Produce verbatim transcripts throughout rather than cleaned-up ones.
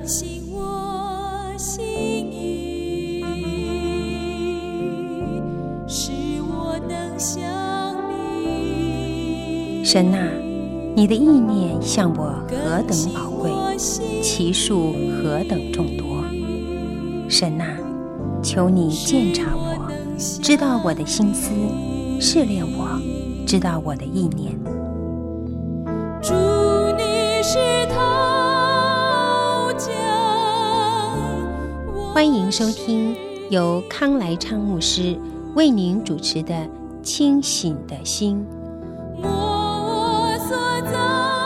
更新我心意，使我能像你。 神啊，你的意念向我何等宝贵，其数何等众多。神啊，求你鉴察我，知道我的心思，试炼我，知道我的意念。 主，你是陶匠， 欢迎收听由康来昌牧师为您主持的《清醒的心》。 我所造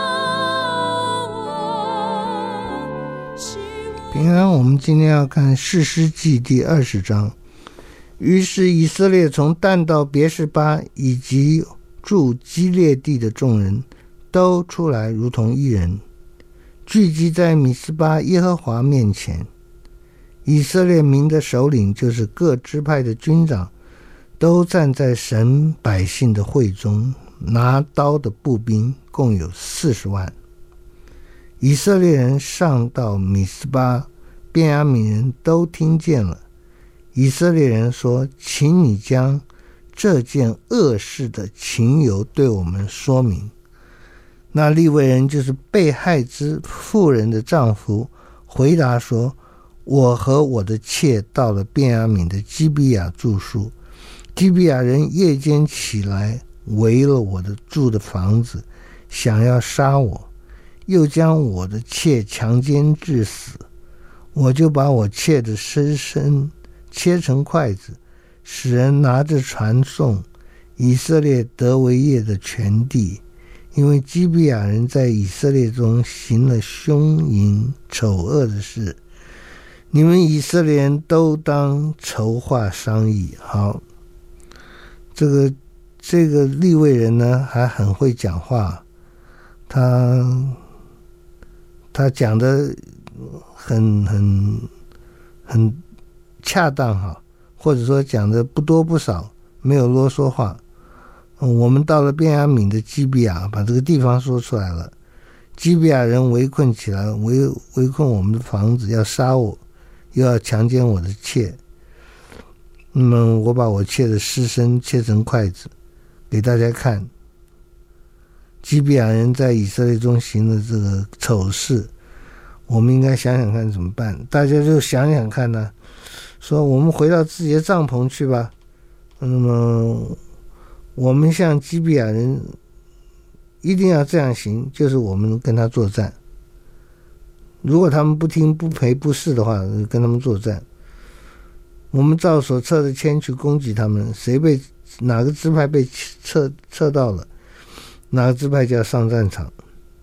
我是我平安，我们今天要看士师记第二十章。于是以色列从但到别是巴以及住基列地的众人都出来，如同一人，聚集在米斯巴耶和华面前。以色列民的首领，就是各支派的军长，都站在神百姓的会中，拿刀的步兵共有四十万。以色列人上到米斯巴，便雅悯人都听见了。以色列人说：请你将这件恶事的情由对我们说明。那利未人，就是被害之妇人的丈夫，回答说：我和我的妾到了便雅悯的基比亚住宿，基比亚人夜间起来，围了我的住的房子，想要杀我，又将我的妾强奸致死。我就把我妾的尸身切成筷子，使人拿着传送以色列得为业的全地，因为基比亚人在以色列中行了凶淫丑恶的事。你们以色列人都当筹划商议。好，这个这个利未人呢，还很会讲话，他他讲的很很很恰当哈，或者说讲的不多不少，没有啰嗦话。嗯、我们到了便雅悯的基比亚，把这个地方说出来了。基比亚人围困起来，围围困我们的房子，要杀我，又要强奸我的妾。那么我把我妾的尸身切成筷子给大家看。基比亚人在以色列中行了这个丑事，我们应该想想看怎么办。大家就想想看呢、啊，说我们回到自己的帐篷去吧。那么我们向基比亚人一定要这样行，就是我们跟他作战。如果他们不听不赔不是的话，跟他们作战。我们照所测的签去攻击他们，谁被哪个支派被测测到了，哪个支派就要上战场。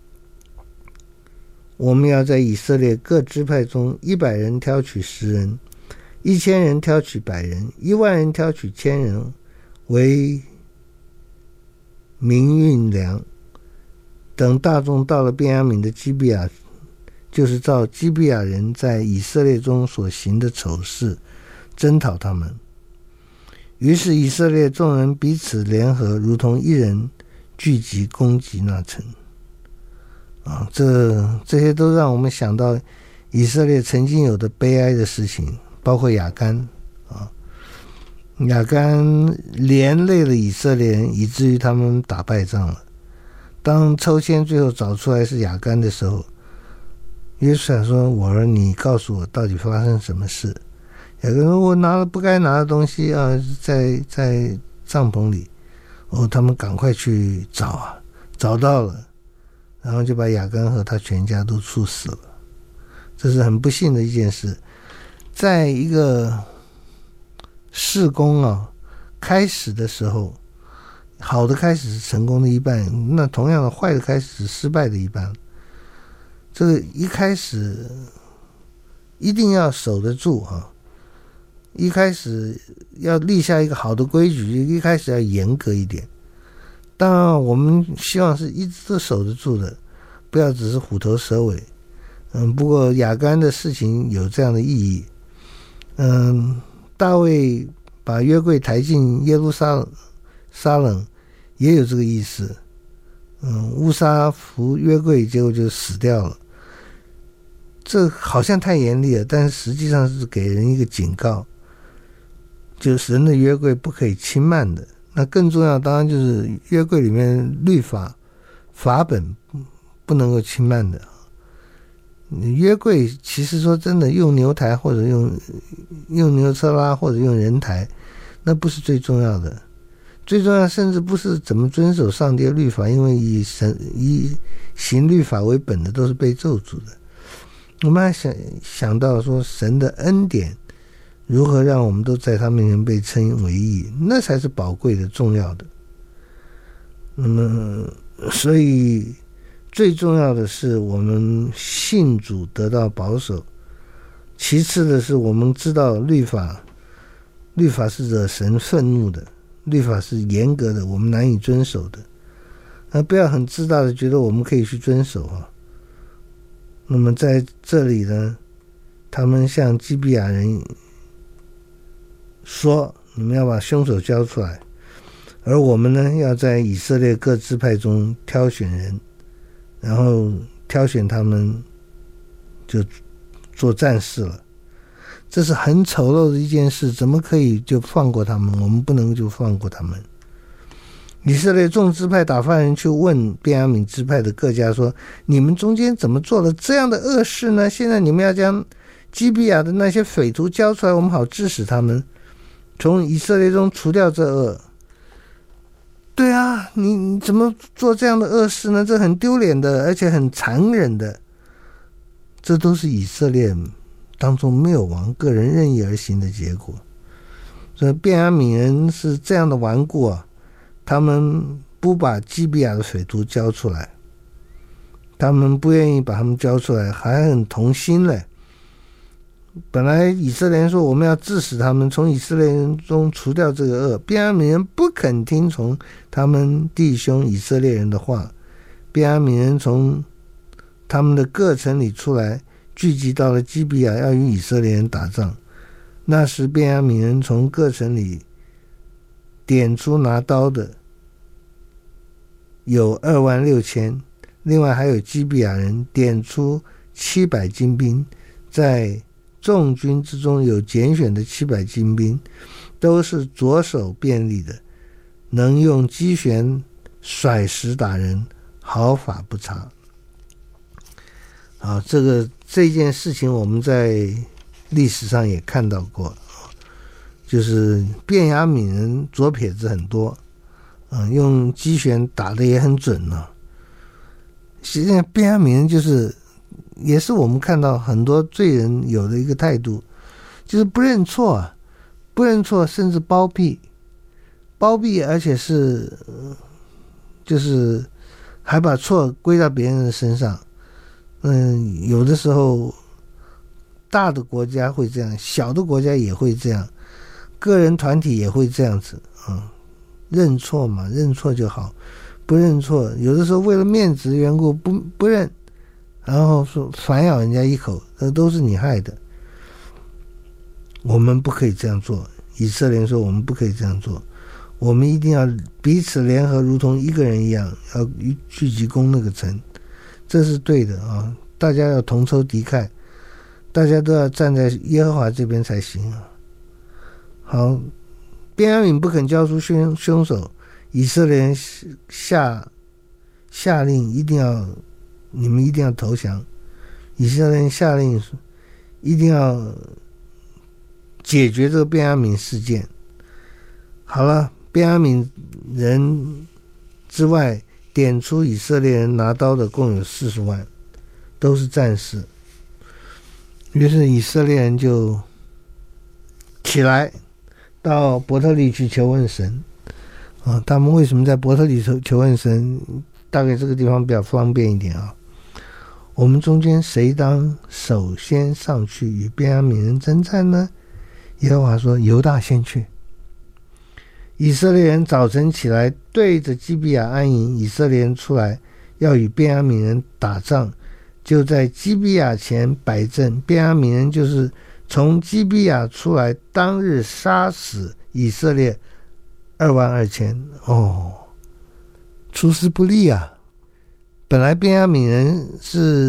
我们要在以色列各支派中一百人挑取十人，一千人挑取百人，一万人挑取千人为民运粮。等大众到了便雅悯的基比亚，就是照基比亚人在以色列中所行的丑事，征讨他们。于是以色列众人彼此联合，如同一人，聚集攻击那城。啊，这这些都让我们想到以色列曾经有的悲哀的事情，包括亚干啊，亚干连累了以色列人，以至于他们打败仗了。当抽签最后找出来是亚干的时候，约书亚说：我儿，你告诉我到底发生什么事。亚干说：我拿了不该拿的东西啊，在在帐篷里。哦，他们赶快去找啊，找到了，然后就把亚干和他全家都处死了。这是很不幸的一件事。在一个事工啊开始的时候，好的开始是成功的一半，那同样的坏的开始是失败的一半。这个一开始一定要守得住啊，一开始要立下一个好的规矩，一开始要严格一点。当然我们希望是一直都守得住的，不要只是虎头蛇尾。嗯，不过亚干的事情有这样的意义。嗯，大卫把约柜抬进耶路撒冷撒冷也有这个意思。嗯，乌撒扶约柜，结果就死掉了。 这好像太严厉了，但是实际上是给人一个警告，就是神的约柜不可以轻慢的。那更重要当然就是约柜里面律法法本不能够轻慢的。约柜其实说真的，用牛抬或者用用牛车拉或者用人抬，那不是最重要的。最重要甚至不是怎么遵守上帝的律法，因为以神以行律法为本的都是被咒诅的。我们还想想到说神的恩典如何让我们都在他面前被称为义，那才是宝贵的重要的。那么所以最重要的是我们信主得到保守，其次的是我们知道律法律法是惹神愤怒的，律法是严格的，我们难以遵守的。那不要很自大的觉得我们可以去遵守啊。那么在这里呢，他们向基比亚人说，你们要把凶手交出来，而我们呢要在以色列各支派中挑选人，然后挑选他们就做战士了。这是很丑陋的一件事，怎么可以就放过他们？我们不能就放过他们。以色列众支派打发人去问便雅悯支派的各家说，你们中间怎么做了这样的恶事呢？现在你们要将基比亚的那些匪徒交出来，我们好治死他们，从以色列中除掉这恶。对啊，你你怎么做这样的恶事呢？这很丢脸的，而且很残忍的。这都是以色列当中谬王个人任意而行的结果。所以便雅悯人是这样的顽固啊，他们不把基比亚的匪徒交出来，他们不愿意把他们交出来，还很同心嘞。本来以色列人说我们要治死他们，从以色列人中除掉这个恶，便雅悯人不肯听从他们弟兄以色列人的话，便雅悯人从他们的各城里出来，聚集到了基比亚，要与以色列人打仗。那时便雅悯人从各城里点出拿刀的有二万六千，另外还有基比亚人点出七百精兵，在众军之中有拣选的七百精兵，都是左手便利的，能用机旋甩石打人，毫发不差。啊，这个这件事情我们在历史上也看到过，就是便雅悯人左撇子很多，嗯，用机旋打得也很准呢、啊。实际上便雅悯人就是也是我们看到很多罪人有的一个态度，就是不认错啊，不认错，甚至包庇，包庇，而且是就是还把错归到别人的身上。嗯，有的时候大的国家会这样，小的国家也会这样，个人团体也会这样子，嗯，认错嘛，认错就好，不认错，有的时候为了面子的缘故不不认，然后说反咬人家一口，这都是你害的。我们不可以这样做，以色列人说我们不可以这样做，我们一定要彼此联合，如同一个人一样，要聚集攻那个城。这是对的啊！大家要同仇敌忾，大家都要站在耶和华这边才行啊。好，便雅悯不肯交出凶凶手，以色列人下下令一定要你们一定要投降，以色列人下令一定要解决这个便雅悯事件。好了，便雅悯人之外，点出以色列人拿刀的共有四十万，都是战士。于是以色列人就起来到伯特利去求问神啊。他们为什么在伯特利求求问神？大概这个地方比较方便一点啊。我们中间谁当首先上去与便雅悯人征战呢？耶和华说：犹大先去。以色列人早晨起来，对着基比亚安营。以色列人出来要与便雅悯人打仗，就在基比亚前摆阵。便雅悯人就是从基比亚出来，当日杀死以色列二万二千。哦，出师不利啊！本来便雅悯人是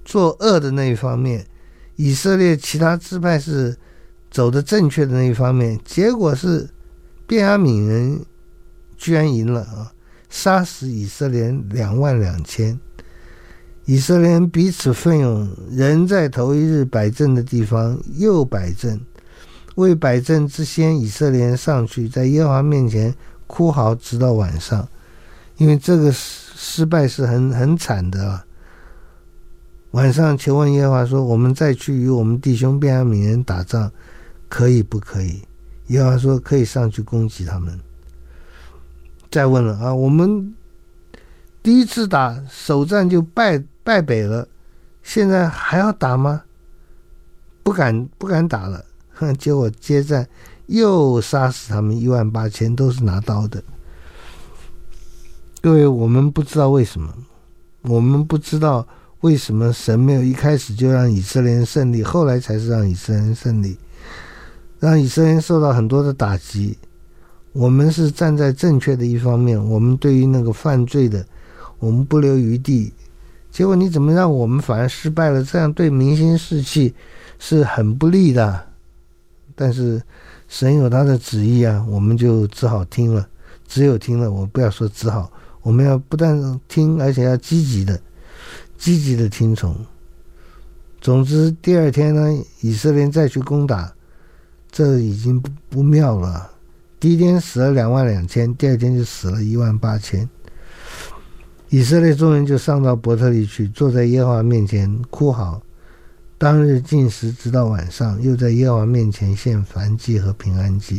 做恶的那一方面，以色列其他支派是走的正确的那一方面，结果是便雅悯人居然赢了啊，杀死以色列人两万两千。以色列人彼此奋勇，人在头一日摆阵的地方又摆阵。为摆阵之先，以色列人上去，在耶和华面前哭嚎，直到晚上。因为这个失败是很很惨的啊。晚上求问耶和华说：“我们再去与我们弟兄便雅悯人打仗，可以不可以？”耶和华说：“可以上去攻击他们。”再问了啊，我们第一次打首战就败败北了，现在还要打吗？不敢不敢打了。结果接战又杀死他们一万八千，都是拿刀的。各位，我们不知道为什么，我们不知道为什么神没有一开始就让以色列人胜利，后来才是让以色列人胜利，让以色列人受到很多的打击。我们是站在正确的一方面，我们对于那个犯罪的，我们不留余地。结果你怎么让我们反而失败了？这样对民心士气是很不利的。但是神有他的旨意啊，我们就只好听了，只有听了，我不要说只好，我们要不但听，而且要积极的积极的听从。总之第二天呢，以色列再去攻打，这已经 不, 不妙了。第一天死了两万两千，第二天就死了一万八千。以色列众人就上到伯特利去，坐在耶和华面前哭嚎。当日禁食直到晚上，又在耶和华面前献燔祭和平安祭。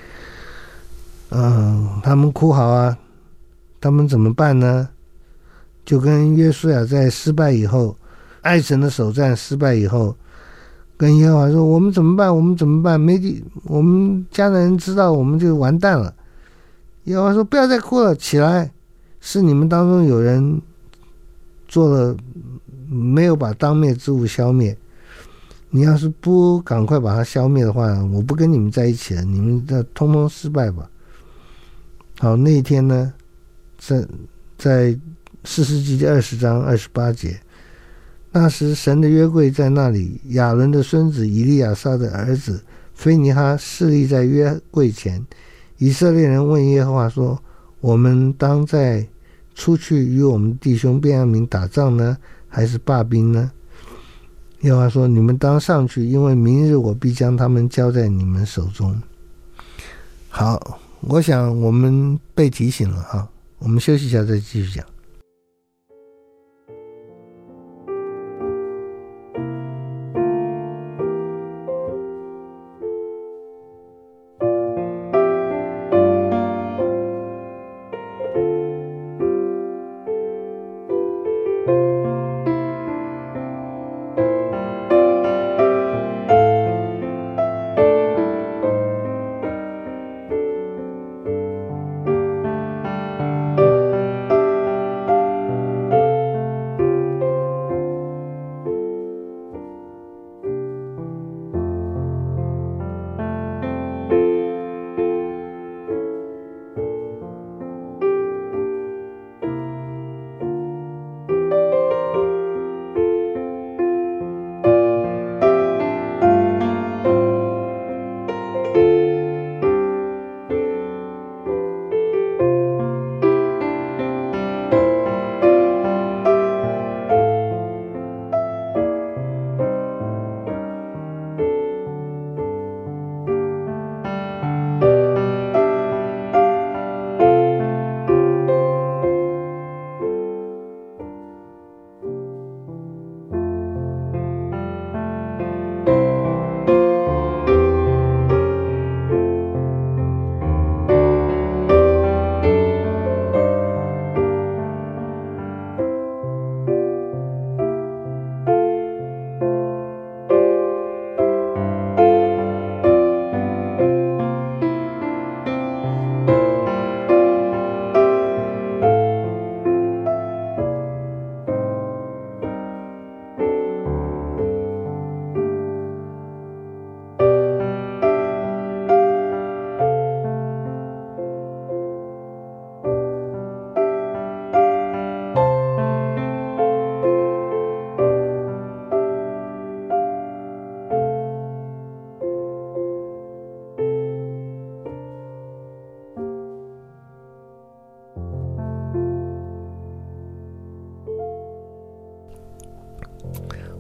嗯，他们哭嚎啊，他们怎么办呢？就跟约书亚在失败以后，爱神的首战失败以后，跟耶和华说：“我们怎么办？我们怎么办？没地，我们家的人知道，我们就完蛋了。”耶和华说：“不要再哭了，起来！是你们当中有人做了，没有把当灭之物消灭。你要是不赶快把它消灭的话，我不跟你们在一起了，你们的通通失败吧。”好，那一天呢，在在士师记第二十章二十八节，那时神的约柜在那里，亚伦的孙子以利亚撒的儿子非尼哈侍立在约柜前。以色列人问耶和华说：“我们当再出去与我们弟兄便雅悯打仗呢，还是罢兵呢？”耶和华说：“你们当上去，因为明日我必将他们交在你们手中。”好，我想我们被提醒了哈，我们休息一下再继续讲。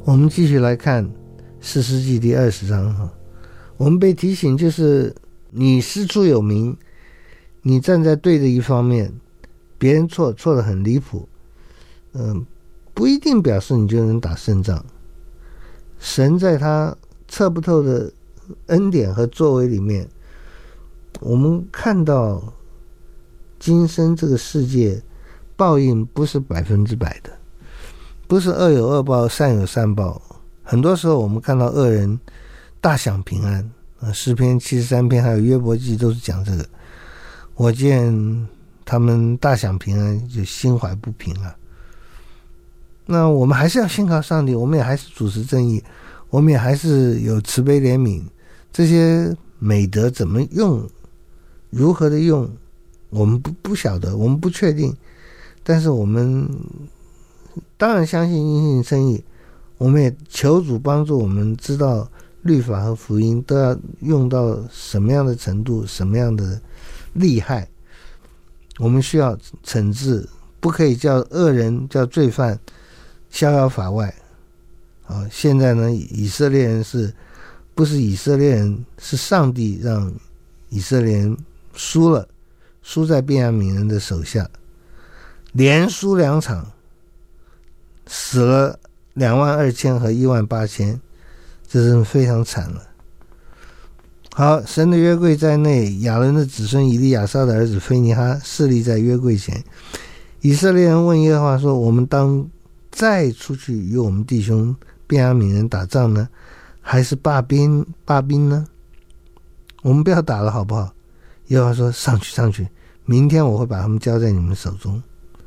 我们继续来看士师记第二十章哈，我们被提醒就是你师出有名，你站在对的一方面，别人错错得很离谱，嗯，不一定表示你就能打胜仗。神在他测不透的恩典和作为里面，我们看到今生这个世界报应不是百分之百的，不是恶有恶报善有善报。很多时候我们看到恶人大享平安，诗篇七十三篇还有约伯记都是讲这个，我见他们大享平安就心怀不平啊。那我们还是要信靠上帝，我们也还是主持正义，我们也还是有慈悲怜悯，这些美德怎么用，如何的用，我们不不晓得，我们不确定，但是我们当然相信因信称义，我们也求主帮助我们知道律法和福音都要用到什么样的程度，什么样的厉害，我们需要惩治，不可以叫恶人叫罪犯逍遥法外。好，现在呢，以色列人是不是以色列人，是上帝让以色列人输了，输在便雅悯人的手下，连输两场，死了两万二千和一万八千，这是非常惨了。好，神的约柜在内，亚伦的子孙以利亚撒的儿子菲尼哈侍立在约柜前。以色列人问耶和华说，我们当再出去与我们弟兄便雅悯人打仗呢，还是罢兵罢兵呢？我们不要打了好不好？耶和华说，上去上去，明天我会把他们交在你们手中。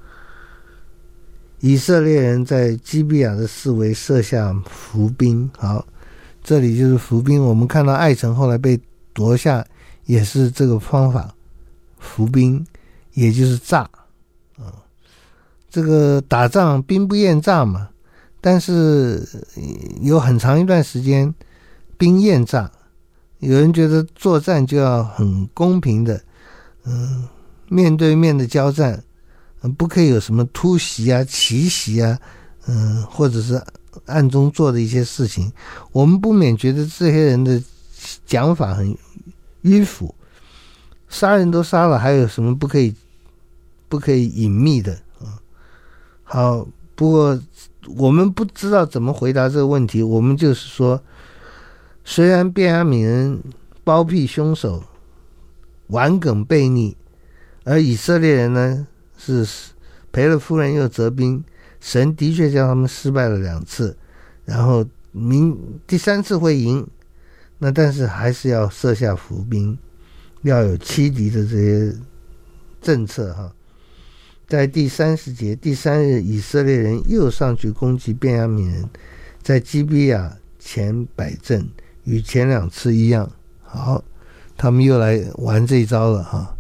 以色列人在基比亚的四围设下伏兵。好，这里就是伏兵，我们看到爱城后来被夺下也是这个方法，伏兵也就是诈、嗯、这个打仗兵不厌诈嘛，但是有很长一段时间兵厌诈，有人觉得作战就要很公平的，嗯，面对面的交战，不可以有什么突袭啊奇袭啊，嗯，或者是暗中做的一些事情，我们不免觉得这些人的讲法很迂腐，杀人都杀了，还有什么不可以不可以隐秘的、嗯、好，不过我们不知道怎么回答这个问题，我们就是说，虽然便雅悯人包庇凶手，顽梗悖逆，而以色列人呢是赔了夫人又折兵，神的确叫他们失败了两次，然后明第三次会赢，那但是还是要设下伏兵，要有欺敌的这些政策哈。在第三十节，第三日以色列人又上去攻击便雅悯人，在基比亚前摆阵，与前两次一样。好，他们又来玩这一招了哈。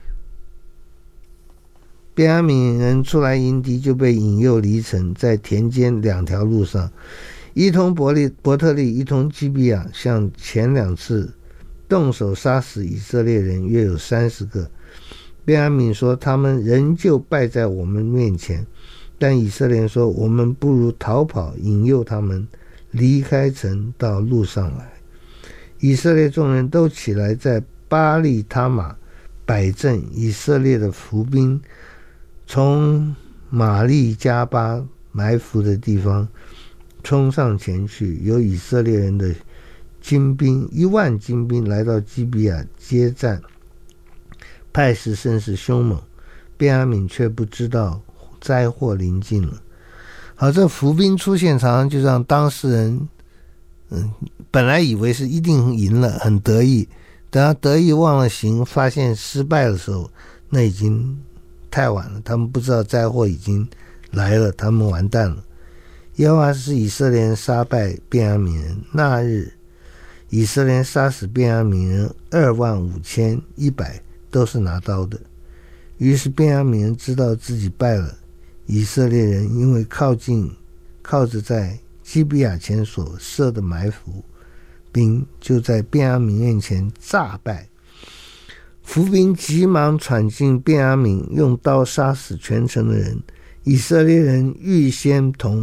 便雅悯人出来迎敌，就被引诱离城，在田间两条路上，一通伯利伯特利，一通基比亚，像前两次动手杀死以色列人约有三十个。便雅悯说，他们仍旧败在我们面前，但以色列人说，我们不如逃跑，引诱他们离开城到路上来。以色列众人都起来，在巴利他玛摆阵，以色列的伏兵从玛利加巴埋伏的地方冲上前去，有以色列人的精兵一万精兵来到基比亚接战，态势甚是凶猛，便雅悯却不知道灾祸临近了。好，这伏兵出现常常就让当事人嗯，本来以为是一定赢了，很得意，等他得意忘了形，发现失败的时候，那已经太晚了，他们不知道灾祸已经来了，他们完蛋了。耶和华是以色列人杀败便雅悯人，那日以色列人杀死便雅悯人二万五千一百，都是拿刀的。于是便雅悯人知道自己败了，以色列人因为靠近靠着在基比亚前所设的埋伏兵，就在便雅悯面前诈败。伏兵急忙闯进便雅悯，用刀杀死全城的人。以色列人预先同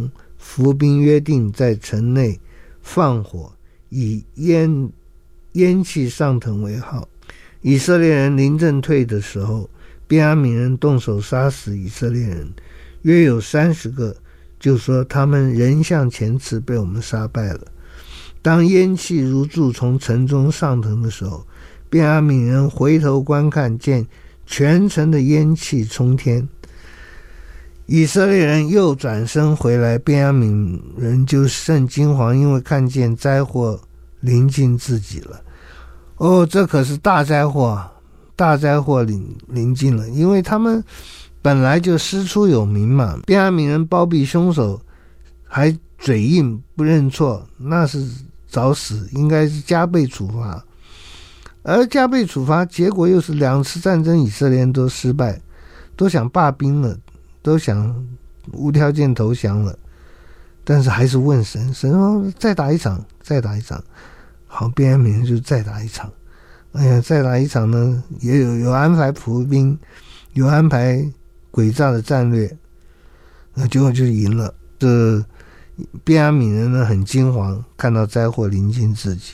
伏兵约定在城内放火，以烟烟气上腾为号。以色列人临阵退的时候，便雅悯人动手杀死以色列人，约有三十个，就说他们人像前次被我们杀败了。当烟气如柱从城中上腾的时候，便雅悯人回头观看，见全城的烟气冲天。以色列人又转身回来，便雅悯人就甚惊惶，因为看见灾祸临近自己了。哦，这可是大灾祸，大灾祸临临近了，因为他们本来就师出有名嘛。便雅悯人包庇凶手，还嘴硬不认错，那是找死，应该是加倍处罚。而加倍处罚，结果又是两次战争以色列人都失败，都想罢兵了，都想无条件投降了，但是还是问神，神说再打一场，再打一场。好，便雅悯人就再打一场。哎呀，再打一场呢，也有有安排伏兵，有安排诡诈的战略，那结果就赢了。这便雅悯人呢很惊惶，看到灾祸临近自己。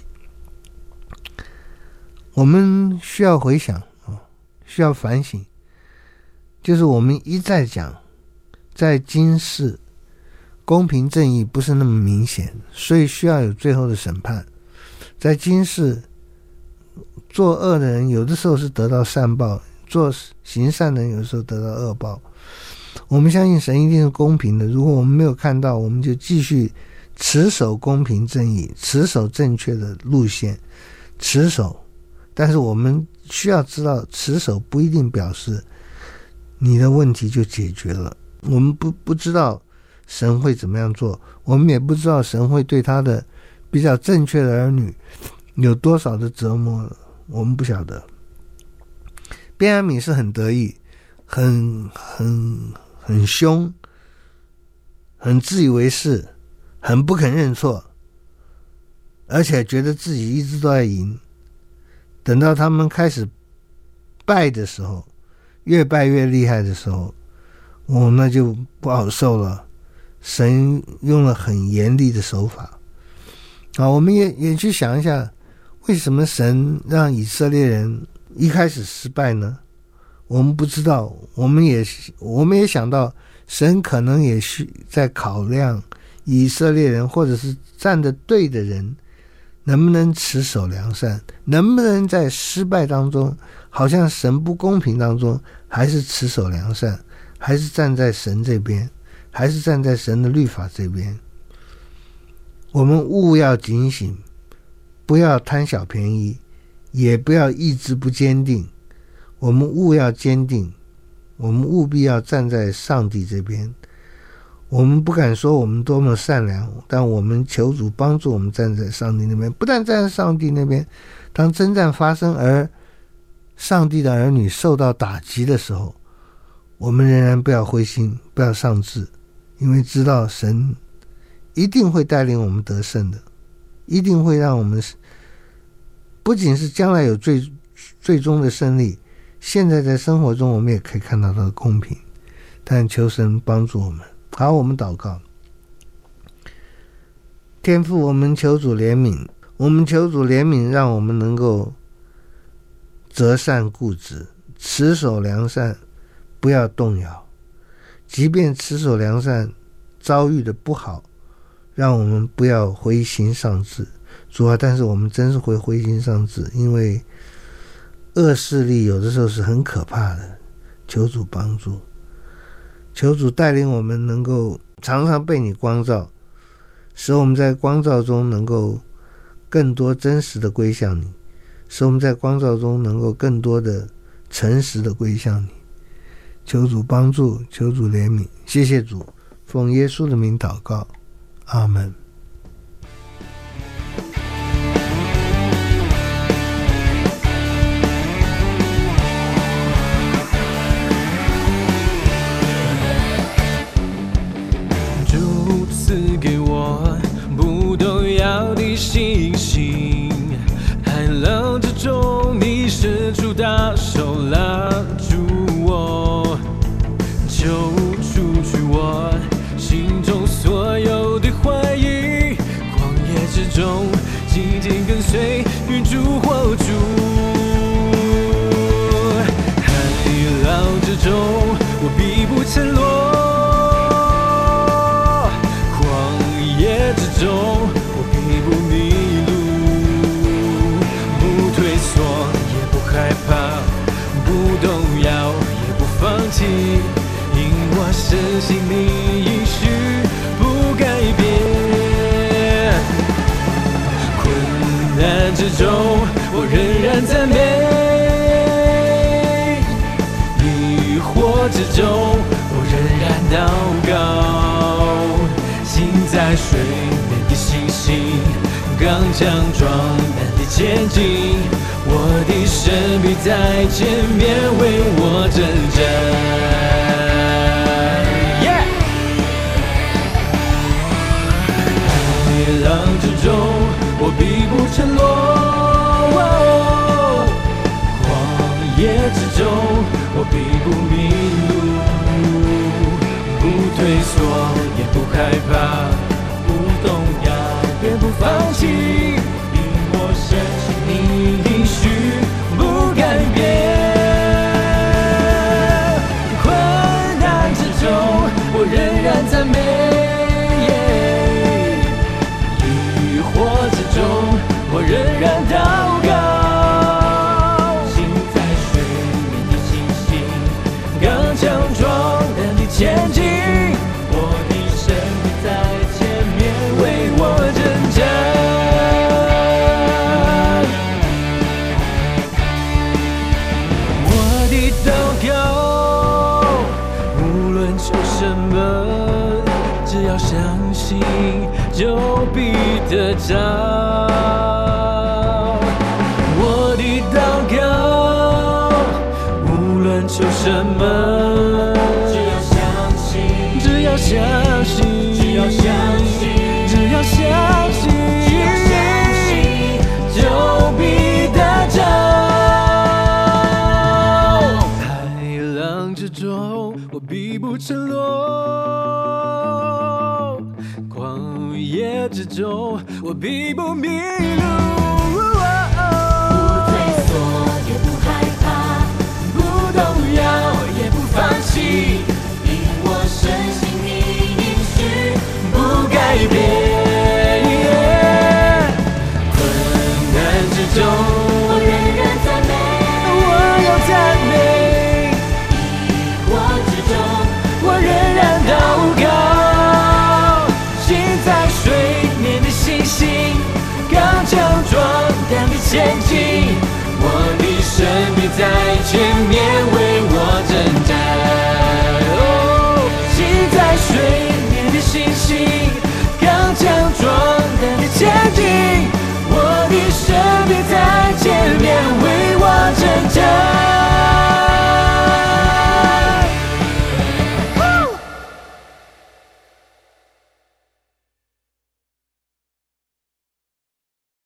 我们需要回想，需要反省，就是我们一再讲，在今世公平正义不是那么明显，所以需要有最后的审判。在今世做恶的人有的时候是得到善报，做行善的人有的时候得到恶报。我们相信神一定是公平的，如果我们没有看到，我们就继续持守公平正义，持守正确的路线，持守。但是我们需要知道，持守不一定表示你的问题就解决了。我们不不知道神会怎么样做，我们也不知道神会对他的比较正确的儿女有多少的折磨，我们不晓得。便雅悯是很得意，很很很凶，很自以为是，很不肯认错，而且觉得自己一直都在赢。等到他们开始败的时候，越败越厉害的时候，哦，那就不好受了。神用了很严厉的手法。好，我们也也去想一下，为什么神让以色列人一开始失败呢？我们不知道，我们也我们也想到，神可能也是在考量以色列人或者是站得对的人能不能持守良善，能不能在失败当中，好像神不公平当中，还是持守良善，还是站在神这边，还是站在神的律法这边。我们务要警醒，不要贪小便宜，也不要意志不坚定。我们务要坚定，我们务必要站在上帝这边。我们不敢说我们多么善良，但我们求主帮助我们站在上帝那边。不但站在上帝那边，当征战发生而上帝的儿女受到打击的时候，我们仍然不要灰心，不要丧志，因为知道神一定会带领我们得胜的，一定会让我们不仅是将来有最最终的胜利，现在在生活中我们也可以看到它的公平。但求神帮助我们。好，我们祷告。天父，我们求主怜悯，我们求主怜悯，让我们能够择善固执，持守良善，不要动摇。即便持守良善遭遇的不好，让我们不要灰心丧志。主啊，但是我们真是会灰心丧志，因为恶势力有的时候是很可怕的。求主帮助，求主带领我们能够常常被你光照，使我们在光照中能够更多真实的归向你，使我们在光照中能够更多的诚实的归向你。求主帮助，求主怜悯，谢谢主，奉耶稣的名祷告，阿们。 主赐给我不动摇的信心，寒冷之中你伸出大手拉住我，救出去我心中所有中，紧紧跟随云柱火柱。海浪之中，我必不沉落；旷野之中，我必不迷路。不退缩，也不害怕，不动摇，也不放弃，因我深信你应许不改变。困难之中，我仍然赞美；疑惑之中，我仍然祷告。行在水面的信心，刚强壮胆地前进，我的神必在前面为我征战。Yeah! 海浪之中，我必不沉落；旷野之中，我必不迷路。不退缩，也不害怕，不动摇，也不放弃，因我深信你应许不改变。困难之中，我仍然赞美；疑惑之中，我仍然祷告。行在水面的信心，刚强壮胆地前进，我的神必在前面为我征战。我的祷告，无论求什么，只要相信就必得着。我的祷告，无论求什么，只要相信，只要相信，只要相信，只要相信，只要相信，就必得着。海浪之中，我必不沉落；旷野之中，我必不迷路。 不退缩，也不害怕，不动摇，也不放弃，因我深信你应许不改变。